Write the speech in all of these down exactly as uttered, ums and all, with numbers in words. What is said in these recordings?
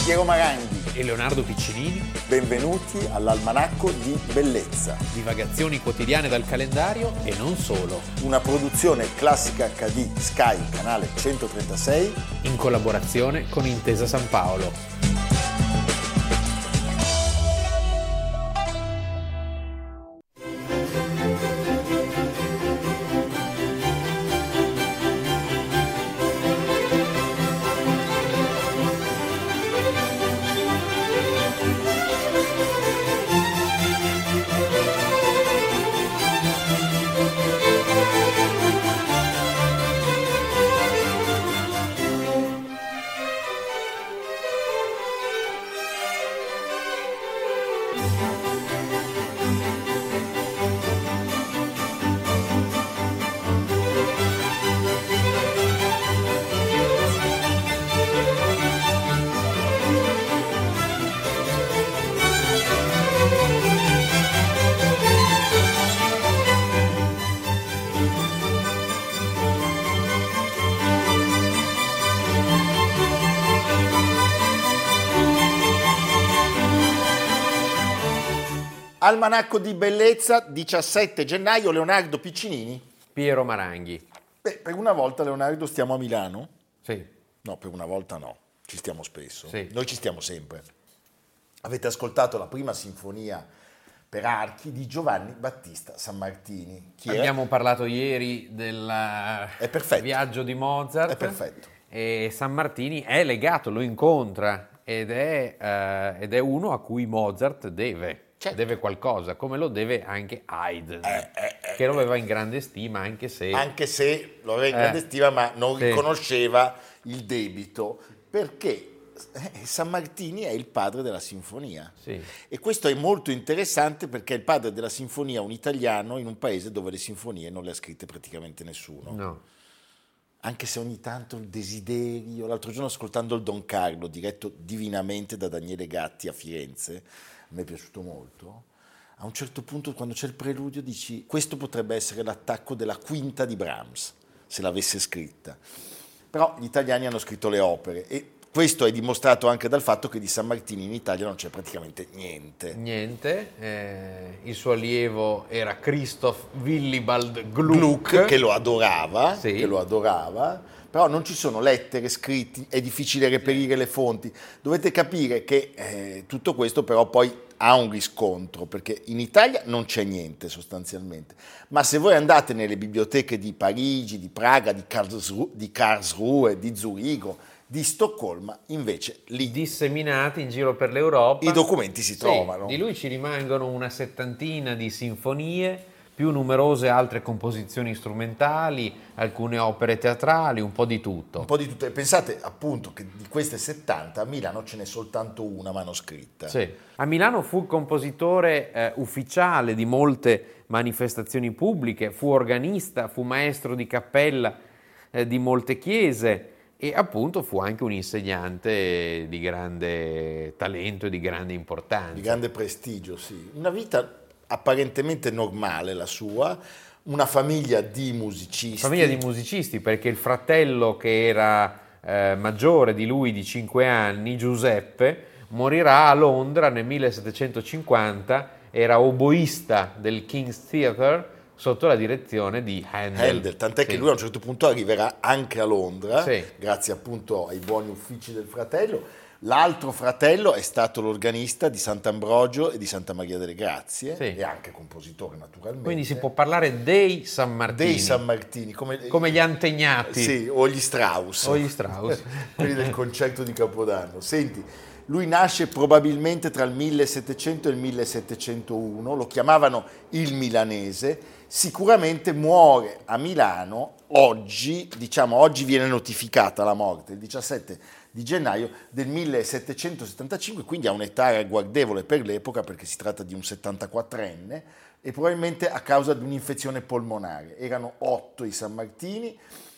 Piero Maranghi e Leonardo Piccinini. Benvenuti all'Almanacco di Bellezza. Divagazioni quotidiane dal calendario e non solo. Una produzione Classica acca di Sky, canale centotrentasei. In collaborazione con Intesa San Paolo. Almanacco di Bellezza, diciassette gennaio, Leonardo Piccinini. Piero Maranghi. Beh, per una volta, Leonardo, stiamo a Milano? Sì. No, per una volta no, ci stiamo spesso. Sì. Noi ci stiamo sempre. Avete ascoltato la prima sinfonia per archi di Giovanni Battista Sammartini. Chi Abbiamo è? parlato ieri del È perfetto. viaggio di Mozart. È perfetto. E Sammartini è legato, lo incontra ed è, eh, ed è uno a cui Mozart deve. Certo. Deve qualcosa, come lo deve anche Haydn, Eh, eh, eh, che lo aveva in grande stima, anche se... Anche se lo aveva in Eh. grande stima, ma non Sì. riconosceva il debito, perché eh, Sammartini è il padre della sinfonia. Sì. E questo è molto interessante perché è il padre della sinfonia, un italiano, in un paese dove le sinfonie non le ha scritte praticamente nessuno. No. Anche se ogni tanto il desiderio, l'altro giorno ascoltando il Don Carlo, diretto divinamente da Daniele Gatti a Firenze, a me è piaciuto molto, a un certo punto quando c'è il preludio dici questo potrebbe essere l'attacco della quinta di Brahms, se l'avesse scritta. Però gli italiani hanno scritto le opere e questo è dimostrato anche dal fatto che di Sammartini in Italia non c'è praticamente niente. Niente, eh, il suo allievo era Christoph Willibald Gluck, Gluck, che lo adorava, Sì. che lo adorava, però non ci sono lettere, scritti, è difficile reperire le fonti. Dovete capire che eh, tutto questo però poi ha un riscontro, perché in Italia non c'è niente sostanzialmente, ma se voi andate nelle biblioteche di Parigi, di Praga, di Karlsruhe, di, Karlsruhe, di Zurigo, di Stoccolma, invece lì disseminati in giro per l'Europa. i documenti si Sì, trovano. di lui ci rimangono una settantina di sinfonie, più numerose altre composizioni strumentali, alcune opere teatrali, un po' di tutto. Un po' di tutto. E pensate appunto che di queste settanta a Milano ce n'è soltanto una manoscritta. Sì. A Milano fu compositore eh, ufficiale di molte manifestazioni pubbliche, fu organista, fu maestro di cappella eh, di molte chiese e appunto fu anche un insegnante di grande talento e di grande importanza. Di grande prestigio, sì. Una vita apparentemente normale la sua, una famiglia di musicisti. Famiglia di musicisti, perché il fratello che era eh, maggiore di lui di cinque anni, Giuseppe, morirà a Londra nel millesettecentocinquanta, era oboista del King's Theatre sotto la direzione di Handel. Handel, tant'è Sì. che lui a un certo punto arriverà anche a Londra, Sì. grazie appunto ai buoni uffici del fratello. L'altro fratello è stato l'organista di Sant'Ambrogio e di Santa Maria delle Grazie, Sì. e anche compositore naturalmente. Quindi si può parlare dei Sammartini, dei Sammartini, come, come gli antegnati sì, o gli Strauss. o gli Strauss. Quelli del concerto di Capodanno. Senti, lui nasce probabilmente tra il millesettecento e il millesettecentouno, lo chiamavano il milanese, sicuramente muore a Milano oggi, diciamo oggi viene notificata la morte, il diciassette di gennaio del millesettecentosettantacinque, quindi ha un'età ragguardevole per l'epoca perché si tratta di un settantaquattrenne e probabilmente a causa di un'infezione polmonare. Erano otto i Sammartini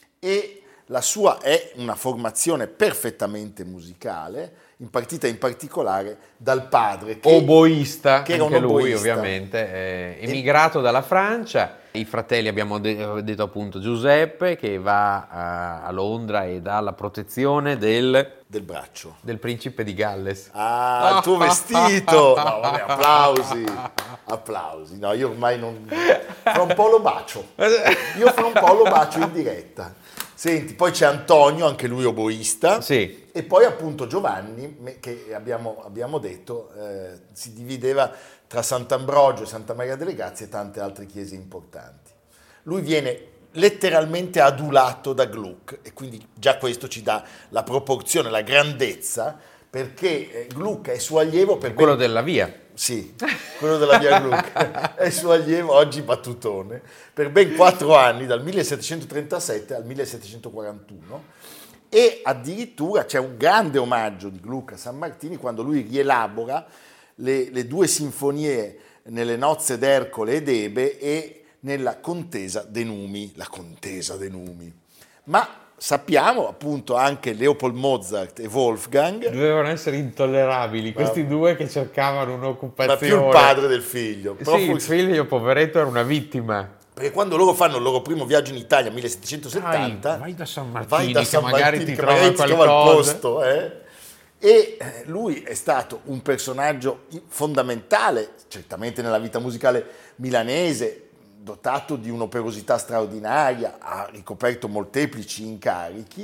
e la sua è una formazione perfettamente musicale, impartita in particolare dal padre. Che, Oboista, che era anche un lui oboista. ovviamente, è emigrato dalla Francia I fratelli, abbiamo de- detto appunto Giuseppe, che va a, a Londra e dà la protezione del... Del braccio. Del principe di Galles. Ah, il tuo vestito! No, vabbè, applausi, applausi. No, io ormai non... Fra un po' lo bacio. Io fra un po' lo bacio in diretta. Senti, poi c'è Antonio, anche lui oboista. Sì. E poi appunto Giovanni, che abbiamo, abbiamo detto, eh, si divideva tra Sant'Ambrogio e Santa Maria delle Grazie e tante altre chiese importanti. Lui viene letteralmente adulato da Gluck e quindi già questo ci dà la proporzione, la grandezza, perché Gluck è suo allievo per quello ben... della via. Sì, quello della via Gluck è suo allievo, oggi battutone, per ben quattro anni, dal millesettecentotrentasette al millesettecentoquarantuno, e addirittura c'è un grande omaggio di Gluck a San Martini quando lui rielabora le, le due sinfonie nelle nozze d'Ercole ed Ebe e nella contesa dei Numi, la contesa dei Numi. Ma sappiamo appunto anche Leopold Mozart e Wolfgang. Dovevano essere intollerabili questi ma, due che cercavano un'occupazione. Ma più il padre del figlio. Sì, il figlio poveretto era una vittima. Perché quando loro fanno il loro primo viaggio in Italia, millesettecentosettanta, vai, vai da San Martino, vai da San che magari Martino, ti che trova magari ti qualcosa. Trova il posto, eh? E lui è stato un personaggio fondamentale, certamente nella vita musicale milanese, dotato di un'operosità straordinaria, ha ricoperto molteplici incarichi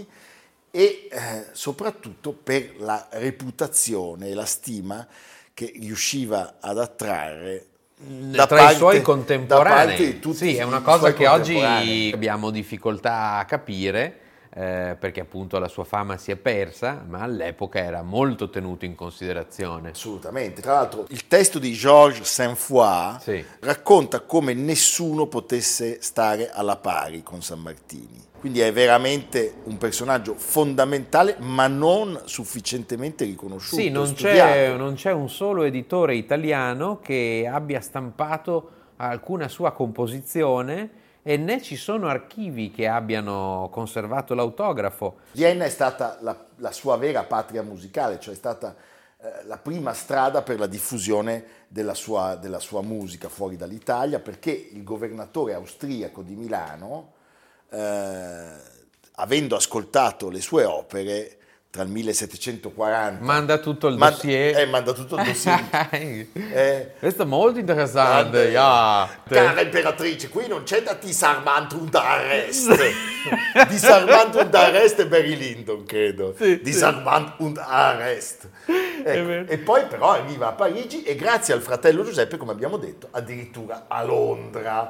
e eh, soprattutto per la reputazione e la stima che riusciva ad attrarre da tra parte, i suoi contemporanei. Di tutti sì, è una i cosa che oggi contemporanei. Abbiamo difficoltà a capire. Eh, perché appunto la sua fama si è persa, ma all'epoca era molto tenuto in considerazione. Assolutamente. Tra l'altro il testo di Georges Saint-Foix sì. racconta come nessuno potesse stare alla pari con San Martini. Quindi è veramente un personaggio fondamentale, ma non sufficientemente riconosciuto. Sì, non c'è, non c'è un solo editore italiano che abbia stampato alcuna sua composizione e né ci sono archivi che abbiano conservato l'autografo. Vienna è stata la, la sua vera patria musicale, cioè è stata eh, la prima strada per la diffusione della sua, della sua musica fuori dall'Italia, perché il governatore austriaco di Milano, eh, avendo ascoltato le sue opere, tra il millesettecentoquaranta manda tutto il manda, dossier eh, manda tutto il dossier eh, questo è molto interessante yeah. Cara imperatrice, qui non c'è da disarmant und arrest disarmant und arrest è Barry Lyndon, credo sì, disarmant sì. und arrest ecco. E poi però arriva a Parigi e grazie al fratello Giuseppe, come abbiamo detto, addirittura a Londra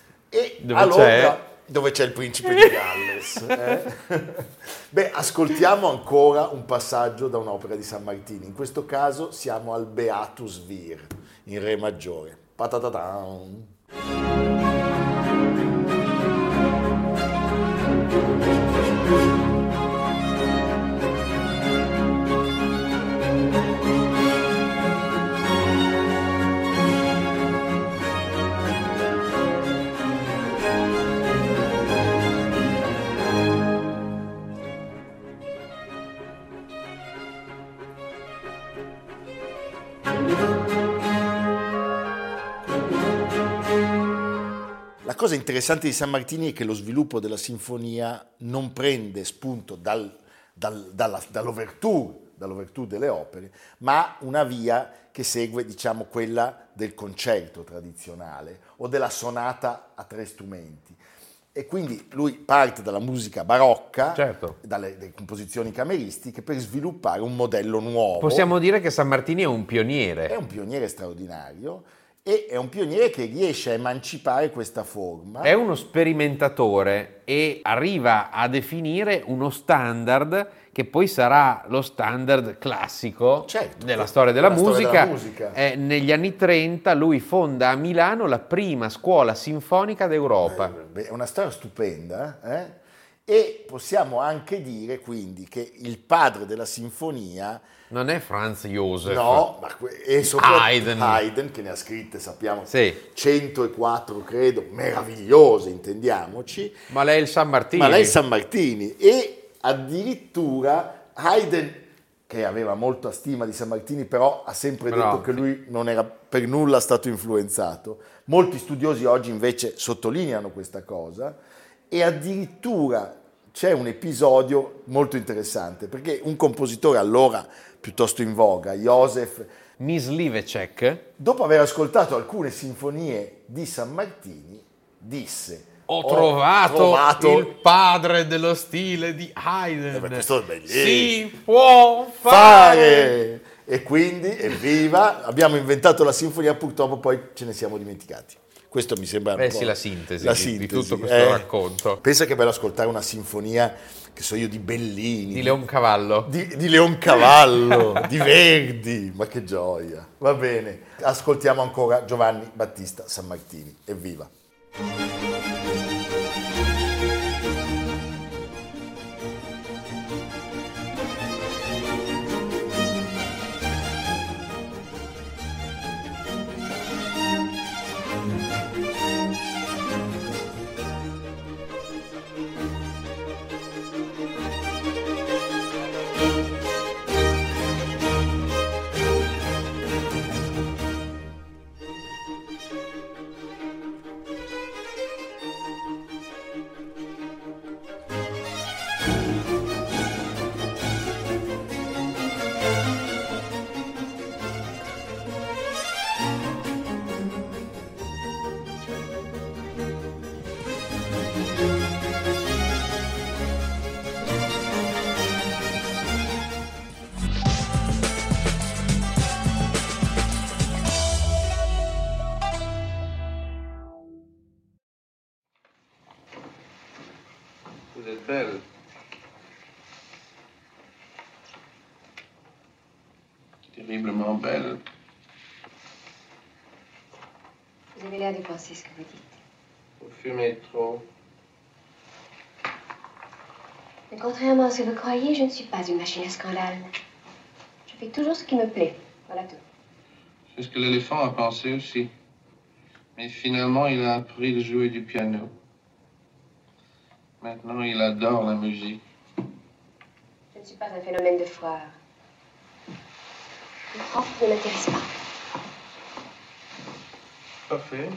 e dove a Londra c'è? Dove c'è il principe di Galles. Eh? Beh, ascoltiamo ancora un passaggio da un'opera di San Martini. In questo caso siamo al Beatus Vir, in Re maggiore. Patatatam. La cosa interessante di San Martini è che lo sviluppo della sinfonia non prende spunto dal, dal, dalla, dall'ouverture, dall'ouverture delle opere, ma una via che segue, diciamo, quella del concerto tradizionale o della sonata a tre strumenti. E quindi lui parte dalla musica barocca, certo. dalle, dalle composizioni cameristiche, per sviluppare un modello nuovo. Possiamo dire che San Martini è un pioniere. È un pioniere straordinario e è un pioniere che riesce a emancipare questa forma. È uno sperimentatore e arriva a definire uno standard che poi sarà lo standard classico certo, della storia della musica. Storia della musica. Eh, negli anni trenta lui fonda a Milano la prima scuola sinfonica d'Europa. Eh, è una storia stupenda, eh? E possiamo anche dire quindi che il padre della sinfonia non è Franz Joseph, no, ma è soprattutto Haydn. Haydn, che ne ha scritte, sappiamo, sì. centoquattro credo, meravigliose, intendiamoci. Ma lei è il San Martini. Ma lei è il San Martini e addirittura Haydn che aveva molta stima di Sammartini, però ha sempre Però, detto che lui non era per nulla stato influenzato. Molti studiosi oggi invece sottolineano questa cosa e addirittura c'è un episodio molto interessante, perché un compositore allora piuttosto in voga, Joseph Myslivecek, dopo aver ascoltato alcune sinfonie di Sammartini, disse: ho trovato, trovato il padre dello stile di Haydn. Eh beh, questo è bellissimo. Si può fare! fare! E quindi, evviva, abbiamo inventato la sinfonia, purtroppo poi ce ne siamo dimenticati. Questo mi sembra un Eh po' sì, la sintesi, la di- di sintesi. tutto questo Eh, racconto. Pensa che è bello ascoltare una sinfonia, che so io, di Bellini, Di Leoncavallo. di, di Leoncavallo, di Verdi, ma che gioia. Va bene, ascoltiamo ancora Giovanni Battista Sammartini. Evviva! Vous êtes belle. Terriblement belle. Vous avez l'air de penser ce que vous dites. Vous fumez trop. Mais contrairement à ce que vous croyez, je ne suis pas une machine à scandale. Je fais toujours ce qui me plaît. Voilà tout. C'est ce que l'éléphant a pensé aussi. Mais finalement, il a appris de jouer du piano. Maintenant, il adore la musique. Je ne suis pas un phénomène de foire. Le prof ne m'intéresse pas. Parfait.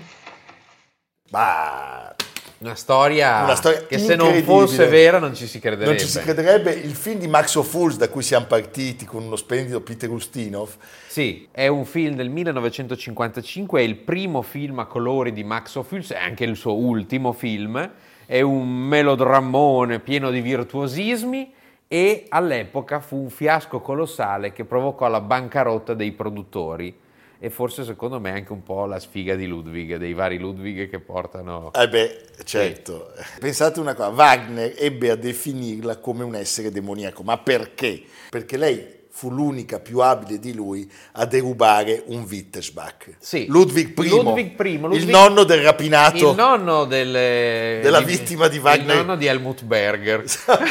Bah, Una storia, Una storia che se non incredibile. fosse vera non ci si crederebbe. non ci si crederebbe. Il film di Max Ophuls, da cui siamo partiti con uno splendido Peter Ustinov, Sì, è un film del millenovecentocinquantacinque, è il primo film a colori di Max Ophuls, è anche il suo ultimo film, è un melodrammone pieno di virtuosismi e all'epoca fu un fiasco colossale che provocò la bancarotta dei produttori e forse secondo me anche un po' la sfiga di Ludwig, dei vari Ludwig che portano... eh beh, certo. Pensate una cosa, Wagner ebbe a definirla come un essere demoniaco, ma perché? Perché lei fu l'unica più abile di lui a derubare un Wittelsbach. Sì. Ludwig I, Ludwig I, Ludwig- il nonno del rapinato. Il nonno del, Della vittima di Wagner. Il nonno di Helmut Berger.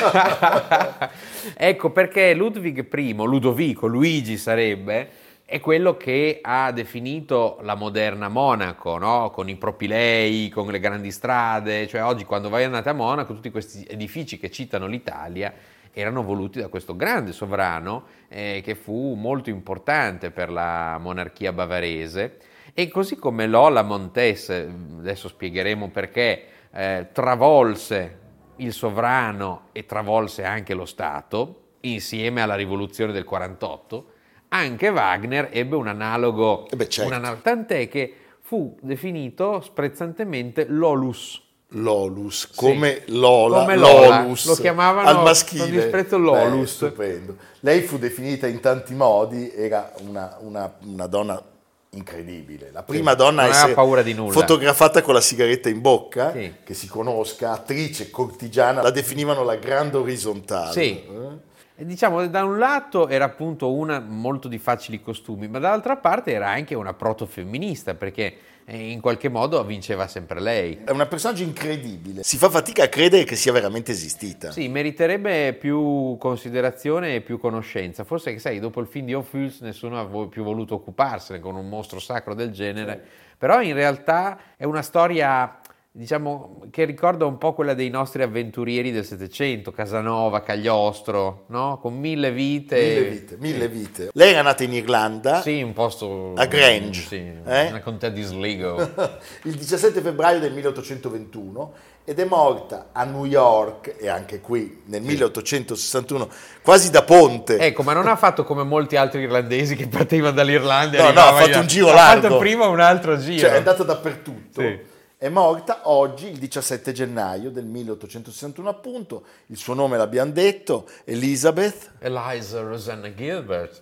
Ecco perché Ludwig I, Ludovico, Luigi sarebbe, è quello che ha definito la moderna Monaco, no? Con i propilei, con le grandi strade. Cioè oggi quando vai andate a Monaco, tutti questi edifici che citano l'Italia erano voluti da questo grande sovrano eh, che fu molto importante per la monarchia bavarese. E così come Lola Montes, adesso spiegheremo perché, eh, travolse il sovrano e travolse anche lo Stato, insieme alla rivoluzione del quarantotto, anche Wagner ebbe un analogo, Eh beh, certo. un analogo, tant'è che fu definito sprezzantemente Lolus. Lolus, Sì. come Lola, Come Lola, Lolus, lo chiamavano al maschile. con disprezzo Lolus. Beh, stupendo. Lei fu definita in tanti modi, era una, una, una donna incredibile, la prima Sì, donna a non aveva essere paura di nulla. fotografata con la sigaretta in bocca, Sì. che si conosca, attrice, cortigiana, la definivano la grande orizzontale. Sì. Eh? E diciamo, da un lato era appunto una molto di facili costumi, ma dall'altra parte era anche una protofemminista, perché eh, in qualche modo vinceva sempre lei. È un personaggio incredibile, si fa fatica a credere che sia veramente esistita. Sì, meriterebbe più considerazione e più conoscenza. Forse che sai, dopo il film di Ophuls nessuno ha più voluto occuparsene con un mostro sacro del genere, però in realtà è una storia diciamo, che ricorda un po' quella dei nostri avventurieri del Settecento, Casanova, Cagliostro, no? Con mille vite. Mille vite, mille vite. Lei era nata in Irlanda. Sì, un posto... A Grange. Sì, eh? una contea di Sligo. Il diciassette febbraio del milleottocentoventuno ed è morta a New York, e anche qui nel milleottocentosessantuno, quasi da ponte. Ecco, ma non ha fatto come molti altri irlandesi che partivano dall'Irlanda e No, no, ha fatto via. un giro ha largo. Ha fatto prima un altro giro. Cioè è andata dappertutto. Sì. È morta oggi, il diciassette gennaio del milleottocentosessantuno appunto, il suo nome l'abbiamo detto, Elizabeth. Eliza Rosanna Gilbert.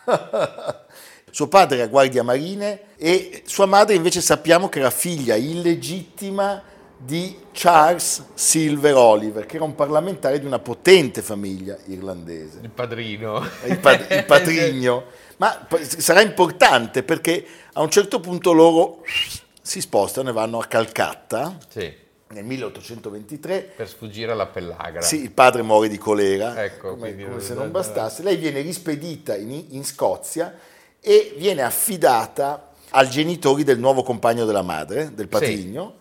Suo padre era guardia marine e sua madre invece sappiamo che era figlia illegittima di Charles Silver Oliver, che era un parlamentare di una potente famiglia irlandese. Il padrino. Il, pad- il patrigno. Ma sarà importante perché a un certo punto loro si spostano e vanno a Calcutta. Sì. Nel milleottocentoventitré. Per sfuggire alla pellagra. Sì, il padre muore di colera, Ecco, come, quindi- come se non bastasse. Lei viene rispedita in, in Scozia e viene affidata ai genitori del nuovo compagno della madre, del patrigno,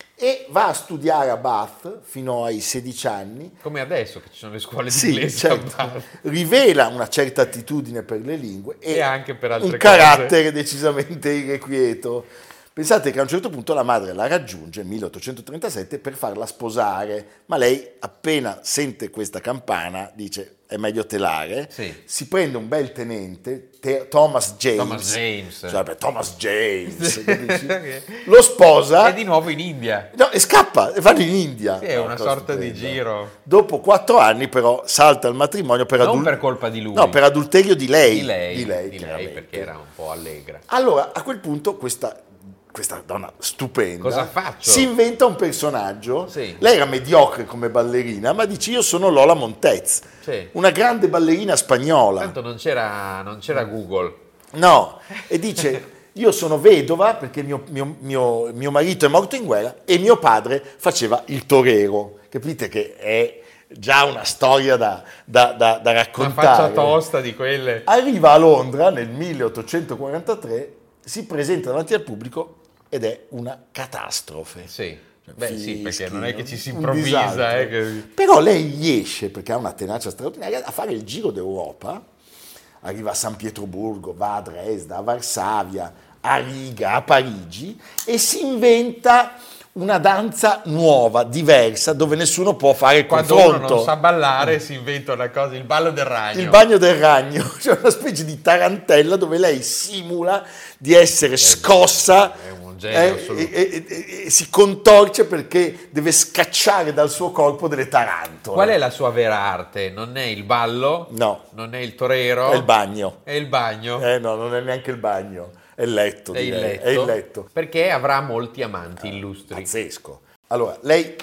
e va a studiare a Bath fino ai sedici anni. Come adesso che ci sono le scuole di Sì, inglese. certo. a Bath. Rivela una certa attitudine per le lingue e, E anche per altre un cose. carattere decisamente irrequieto. Pensate che a un certo punto la madre la raggiunge nel milleottocentotrentasette per farla sposare, ma lei appena sente questa campana dice è meglio telare, Sì. si prende un bel tenente, Te- Thomas James, Thomas James. Cioè, beh, Thomas James, capisci? Lo sposa È di nuovo in India. no, e scappa, e vanno in India. Sì, è una cosa sorta di stupenda. giro. Dopo quattro anni però salta il matrimonio per, Non adul- per colpa di lui. no, per adulterio di lei. Di lei, di lei, di lei, chiaramente. perché era un po' allegra. Allora, a quel punto questa, questa donna stupenda Cosa faccio? si inventa un personaggio. Sì. Lei era mediocre come ballerina, ma dice io sono Lola Montez, Sì. una grande ballerina spagnola. Tanto non c'era, non c'era Google. No, e dice io sono vedova perché mio, mio, mio, mio marito è morto in guerra e mio padre faceva il torero. Capite che è già una storia da, da, da, da Una raccontare. faccia tosta di quelle. Arriva a Londra nel milleottocentoquarantatré, si presenta davanti al pubblico ed è una catastrofe. Sì. Beh sì, Fischi, perché non è che ci si un improvvisa. disastro. Eh, che... Però lei riesce, perché ha una tenacia straordinaria, a fare il giro d'Europa. Arriva a San Pietroburgo, va a Dresda, a Varsavia, a Riga, a Parigi e si inventa una danza nuova, diversa, dove nessuno può fare il Quando uno confronto. non sa ballare si inventa una cosa, il ballo del ragno. Il bagno del ragno, cioè una specie di tarantella dove lei simula di essere scossa È un genio eh, assoluto. e, e- e- e si contorce perché deve scacciare dal suo corpo delle tarantole. Qual è la sua vera arte? Non è il ballo? No. Non è il torero? È il bagno. È il bagno? Eh no, non è neanche il bagno, è il letto. È il direi. letto? È il letto. Perché avrà molti amanti illustri. Pazzesco. Allora, lei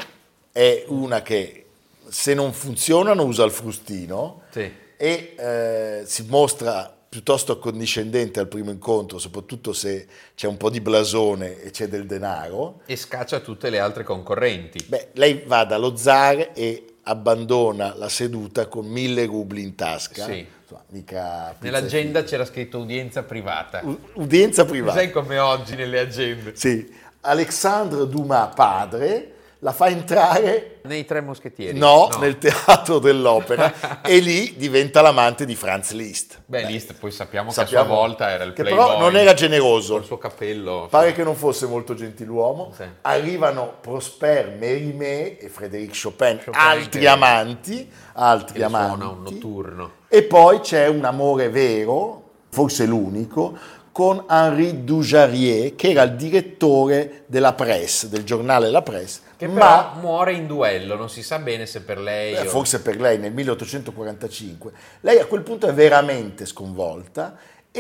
è una che se non funzionano usa il frustino Sì. e eh, si mostra piuttosto accondiscendente al primo incontro, soprattutto se c'è un po' di blasone e c'è del denaro. E scaccia tutte le altre concorrenti. Beh, lei va dallo zar e abbandona la seduta con mille rubli in tasca. Sì. Insomma, mica Nell'agenda c'era scritto udienza privata. U- udienza privata. Sai come oggi nelle agende? Sì. Alexandre Dumas padre la fa entrare Nei Tre Moschettieri? no, nel teatro dell'opera e lì diventa l'amante di Franz Liszt. Beh, Liszt poi sappiamo, Sappiamo che a sua volta era il che playboy. però non era generoso. Col suo cappello. Pare che non fosse molto gentiluomo. Sì. Arrivano Prosper Mérimée e Frédéric Chopin, Chopin altri che- amanti, altri Che amanti. suona un notturno. E poi c'è un amore vero, forse l'unico, con Henri Dujarier, che era il direttore della Presse, del giornale La Presse, Che ma però muore in duello, non si sa bene se per lei eh, o... forse per lei nel milleottocentoquarantacinque. Lei a quel punto è veramente sconvolta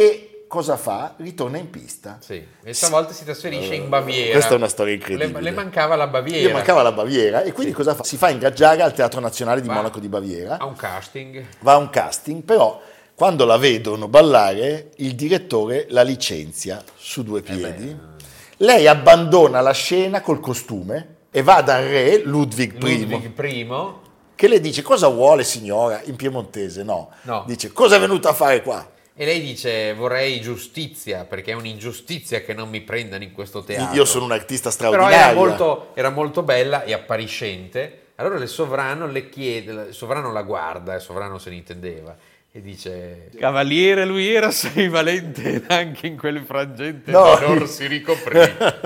e cosa fa? Ritorna in pista. Sì, e stavolta si trasferisce in Baviera. Questa è una storia incredibile. Le, le mancava la Baviera. Gli mancava la Baviera e quindi cosa fa? Si fa ingaggiare al Teatro Nazionale di Va Monaco di Baviera, a un casting. va a un casting, però quando la vedono ballare il direttore la licenzia su due piedi. Lei abbandona la scena col costume e va dal re Ludwig I, Ludwig I. che le dice cosa vuole signora in piemontese, no, No. dice cosa è venuta a fare qua? E lei dice: vorrei giustizia, perché è un'ingiustizia che non mi prendano in questo teatro. Io sono un artista Però straordinario. era molto, era molto bella e appariscente. Allora il sovrano le chiede, il sovrano la guarda, il sovrano se ne intendeva, e dice: cavaliere, lui era sei valente anche in quel frangente No. non si ricoprì.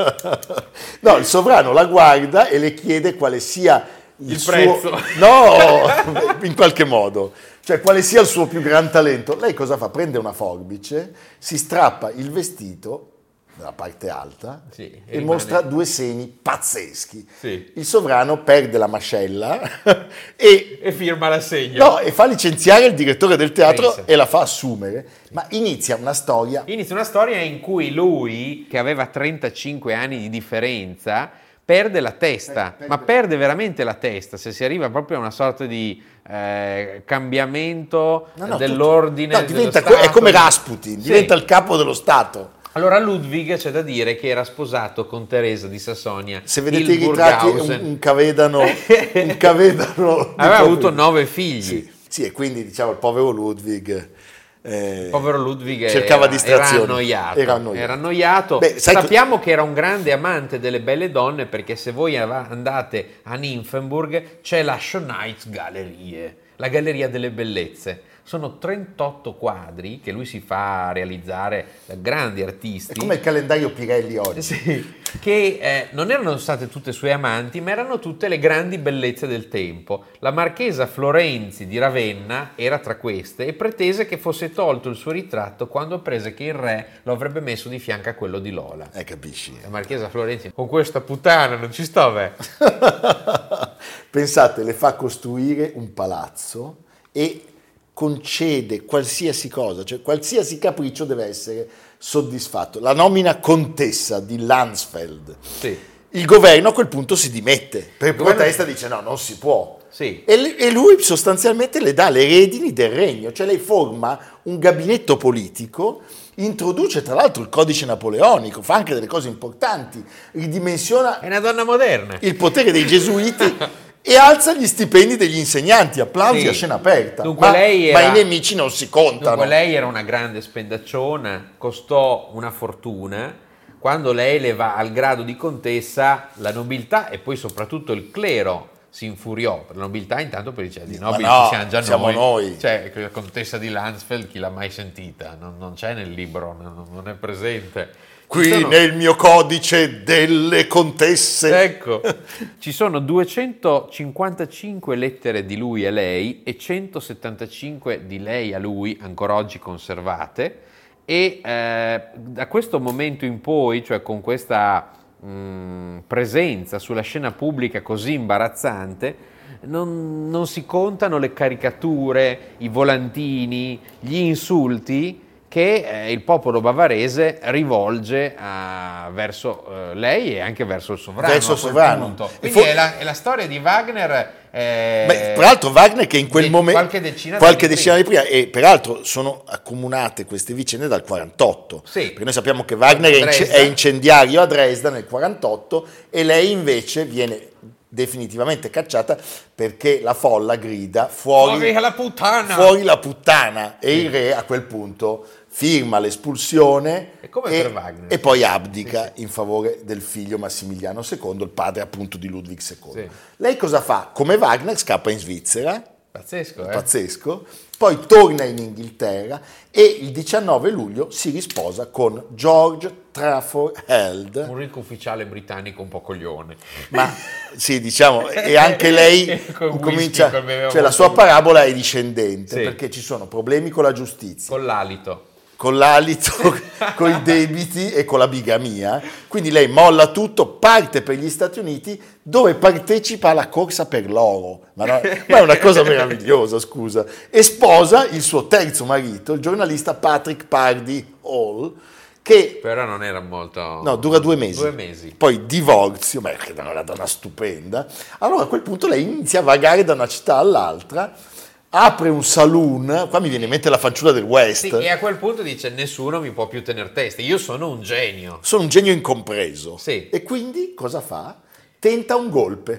No, il sovrano la guarda e le chiede quale sia il, Il suo... prezzo. No, in qualche modo. Cioè, quale sia il suo più gran talento. Lei cosa fa? Prende una forbice, si strappa il vestito nella parte alta Sì, e e rimane- mostra due seni pazzeschi. Sì. Il sovrano perde la mascella e, E firma l'assegno. no, e fa licenziare il direttore del teatro Pensa. e la fa assumere. Ma inizia una storia. Inizia una storia in cui lui, che aveva trentacinque anni di differenza, perde la testa, Perde- ma perde veramente la testa, se si arriva proprio a una sorta di eh, cambiamento No, no, dell'ordine. tutto- no, diventa dello que- è Stato. come Rasputin, Sì. diventa il capo dello Stato. Allora Ludwig c'è da dire che era sposato con Teresa di Sassonia. Se vedete i ritratti, un, Hildburghausen. un cavedano, un cavedano Aveva di- avuto nove figli. Sì, sì, e quindi diciamo il povero Ludwig eh, Il povero Ludwig cercava era, distrazioni. era annoiato. Era annoiato. Era annoiato. Beh, sai co- Sappiamo che era un grande amante delle belle donne, perché se voi ava- andate a Nymphenburg c'è la Schönheitsgalerie, la galleria delle bellezze. Sono trentotto quadri che lui si fa realizzare da grandi artisti. È come il calendario Pirelli oggi. Sì, che eh, non erano state tutte sue amanti, ma erano tutte le grandi bellezze del tempo. La marchesa Florenzi di Ravenna era tra queste e pretese che fosse tolto il suo ritratto quando apprese che il re lo avrebbe messo di fianco a quello di Lola. Eh, capisci? La marchesa Florenzi: con questa puttana non ci sto, beh. Pensate, le fa costruire un palazzo e concede qualsiasi cosa, cioè qualsiasi capriccio deve essere soddisfatto. La nomina contessa di Landsfeld. Sì. Il governo a quel punto si dimette, per governo- protesta dice no, non si può. Sì. E, le- e lui sostanzialmente le dà le redini del regno, cioè lei forma un gabinetto politico, introduce tra l'altro il codice napoleonico, fa anche delle cose importanti, ridimensiona È una donna moderna. il potere dei gesuiti e alza gli stipendi degli insegnanti, applausi Sì. a scena aperta. Dunque ma, lei ma era- i nemici non si contano. Dunque lei era una grande spendacciona, costò una fortuna. Quando lei le va al grado di contessa, la nobiltà e poi soprattutto il clero si infuriò. La nobiltà intanto poi dice: di Ma nobili no, ci siamo già siamo noi. noi. Cioè, la contessa di Landsfeld, chi l'ha mai sentita? Non, non c'è nel libro, non, non è presente. Qui Ci sono- nel mio codice delle contesse. Ecco, ci sono duecentocinquantacinque lettere di lui a lei e centosettantacinque di lei a lui, ancora oggi conservate, e eh, da questo momento in poi, cioè con questa mh, presenza sulla scena pubblica così imbarazzante, non, non si contano le caricature, i volantini, gli insulti che eh, il popolo bavarese rivolge a- verso eh, lei e anche verso il sovrano. Verso il a quel sovrano. punto. E Quindi fo- è, la, è la storia di Wagner. eh, Beh, tra l'altro Wagner che in quel de- momento qualche decina qualche d'anni decina di prima e peraltro sono accomunate queste vicende dal quarantotto, Sì. perché noi sappiamo che Wagner è, ince- Dresda. è incendiario a Dresda nel quarantotto e lei invece viene definitivamente cacciata perché la folla grida fuori, Fuori la puttana! fuori la puttana e il re a quel punto firma l'espulsione È come e, per Wagner. e poi abdica in favore del figlio Massimiliano secondo, il padre appunto di Ludwig secondo. Sì. Lei cosa fa? Come Wagner scappa in Svizzera, Pazzesco, eh? pazzesco, poi torna in Inghilterra e il diciannove luglio si risposa con George Trafford Held, Un ricco ufficiale britannico un po' coglione. ma sì, diciamo, e anche lei Col whisky, comincia, col beveva cioè la molto sua whisky. parabola è discendente Sì. perché ci sono problemi con la giustizia, Con l'alito. con l'alito, con i debiti e con la bigamia. Quindi lei molla tutto, parte per gli Stati Uniti dove partecipa alla corsa per l'oro. Ma, no, ma è una cosa meravigliosa, scusa. E sposa il suo terzo marito, il giornalista Patrick Pardee Hall, che Però non era molto... no, dura due mesi. Due mesi. Poi divorzio, ma è una donna stupenda. Allora a quel punto lei inizia a vagare da una città all'altra, apre un saloon, qua mi viene in mente la fanciulla del West. Sì, e a quel punto dice: nessuno mi può più tener testa, io sono un genio. Sono un genio incompreso. Sì. E quindi cosa fa? Tenta un golpe.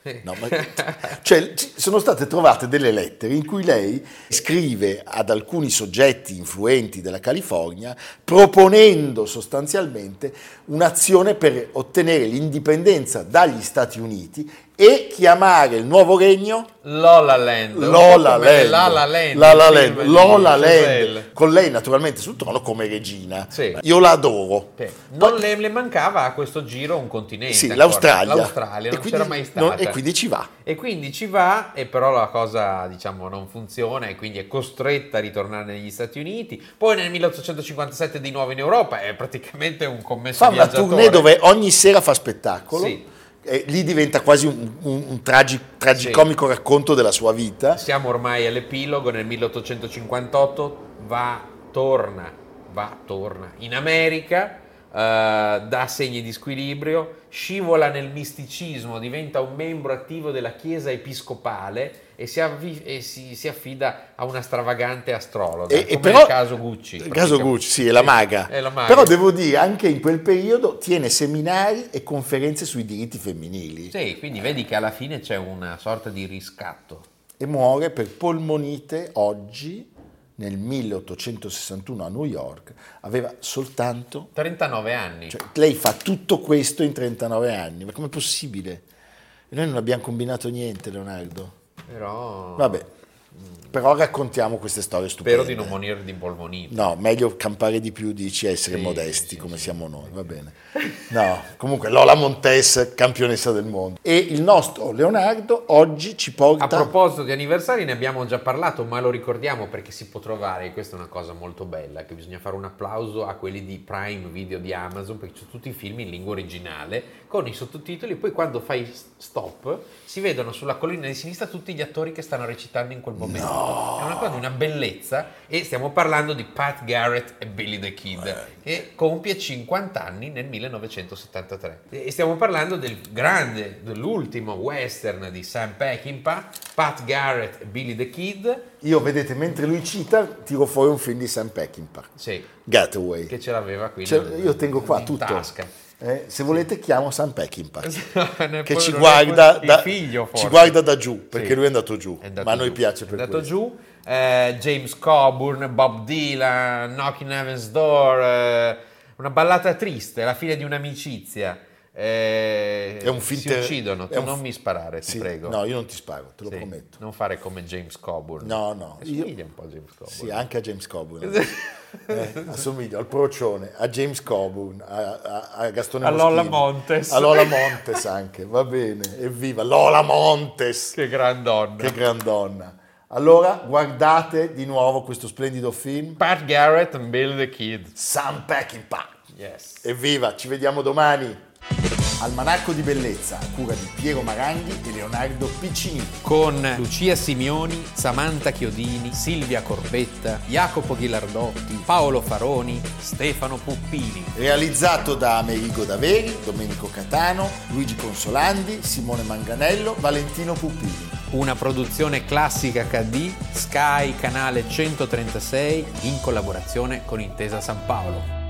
No, ma, cioè, sono state trovate delle lettere in cui lei scrive ad alcuni soggetti influenti della California proponendo sostanzialmente un'azione per ottenere l'indipendenza dagli Stati Uniti e chiamare il nuovo regno Lola Land. Lola Land. Lala Land. Lala Land. Lola Land. Land. Con lei naturalmente sul trono come regina. Sì. Io la adoro. Sì. Non Poi, le, le mancava a questo giro un continente. sì, ancora. l'Australia. L'Australia, non E quindi- c'era mai stata. no, e quindi ci va. E quindi ci va, e però la cosa, diciamo, non funziona e quindi è costretta a ritornare negli Stati Uniti. Poi nel milleottocentocinquantasette di nuovo in Europa, è praticamente un commesso Fa una viaggiatore. tournée dove ogni sera fa spettacolo. Sì. E lì diventa quasi un, un, un tragi, tragicomico racconto della sua vita. Siamo ormai all'epilogo, nel milleottocentocinquantotto va, torna, va, torna in America, eh, dà segni di squilibrio, scivola nel misticismo, diventa un membro attivo della Chiesa episcopale e si, avvi- e si, si affida a una stravagante astrologa, E, e come però, il caso Gucci. il caso Gucci, sì, è la maga. È la maga. Però devo dire, anche in quel periodo tiene seminari e conferenze sui diritti femminili. Sì, quindi vedi che alla fine c'è una sorta di riscatto. E muore per polmonite oggi, nel milleottocentosessantuno a New York. Aveva soltanto... trentanove anni. Cioè, lei fa tutto questo in trentanove anni, ma com'è possibile? E noi non abbiamo combinato niente, Leonardo. Però Vabbè, però raccontiamo queste storie stupende. spero di non morire di polmonite. No, meglio campare di più, dici, essere Sì, modesti sì, come sì. siamo noi, va bene. No, comunque Lola Montes, campionessa del mondo. E il nostro Leonardo oggi ci porta... A proposito di anniversari, ne abbiamo già parlato, ma lo ricordiamo perché si può trovare, e questa è una cosa molto bella, che bisogna fare un applauso a quelli di Prime Video di Amazon, perché c'è tutti i film in lingua originale, con i sottotitoli, poi quando fai stop si vedono sulla collina di sinistra tutti gli attori che stanno recitando in quel momento. No. È una cosa di una bellezza, e stiamo parlando di Pat Garrett e Billy the Kid, che compie cinquanta anni nel millenovecentosettantatré. E stiamo parlando del grande, dell'ultimo western di Sam Peckinpah, Pat Garrett e Billy the Kid. Io, vedete, mentre lui cita, tiro fuori un film di Sam Peckinpah, Sì, Getaway. che ce l'aveva qui. Cioè, nel- io tengo qua in tutto. tasca. Eh, se volete chiamo Sam Peckinpah, Ne che può- ci non guarda, è il da, figlio, forse. ci guarda da giù, perché Sì. lui è andato giù, È andato ma a noi giù. piace per È andato questo. giù. Eh, James Coburn, Bob Dylan, Knocking Heaven's Door, eh, una ballata triste, la fine di un'amicizia. Eh, È un film si ter- uccidono, è tu un non f- mi sparare, ti Sì, prego. no, io non ti sparo, te lo Sì, prometto. non fare come James Coburn. No, no, io- Assomiglia un po' a James Coburn. Sì, anche a James Coburn. eh, assomiglia al procione, a James Coburn, a, a, a Gastone A Lola Moschini. Montes. A Lola Montes anche, va bene, evviva Lola Montes, Che gran donna. che gran donna. Allora guardate di nuovo questo splendido film, Pat Garrett and Bill the Kid. Sam Peckinpah. Yes. Evviva, ci vediamo domani. Almanacco di bellezza a cura di Piero Maranghi e Leonardo Piccini. Con Lucia Simioni, Samantha Chiodini, Silvia Corbetta, Jacopo Ghilardotti, Paolo Faroni, Stefano Puppini. Realizzato da Amerigo Daveri, Domenico Catano, Luigi Consolandi, Simone Manganello, Valentino Puppini. Una produzione classica acca di, Sky canale centotrentasei, in collaborazione con Intesa San Paolo.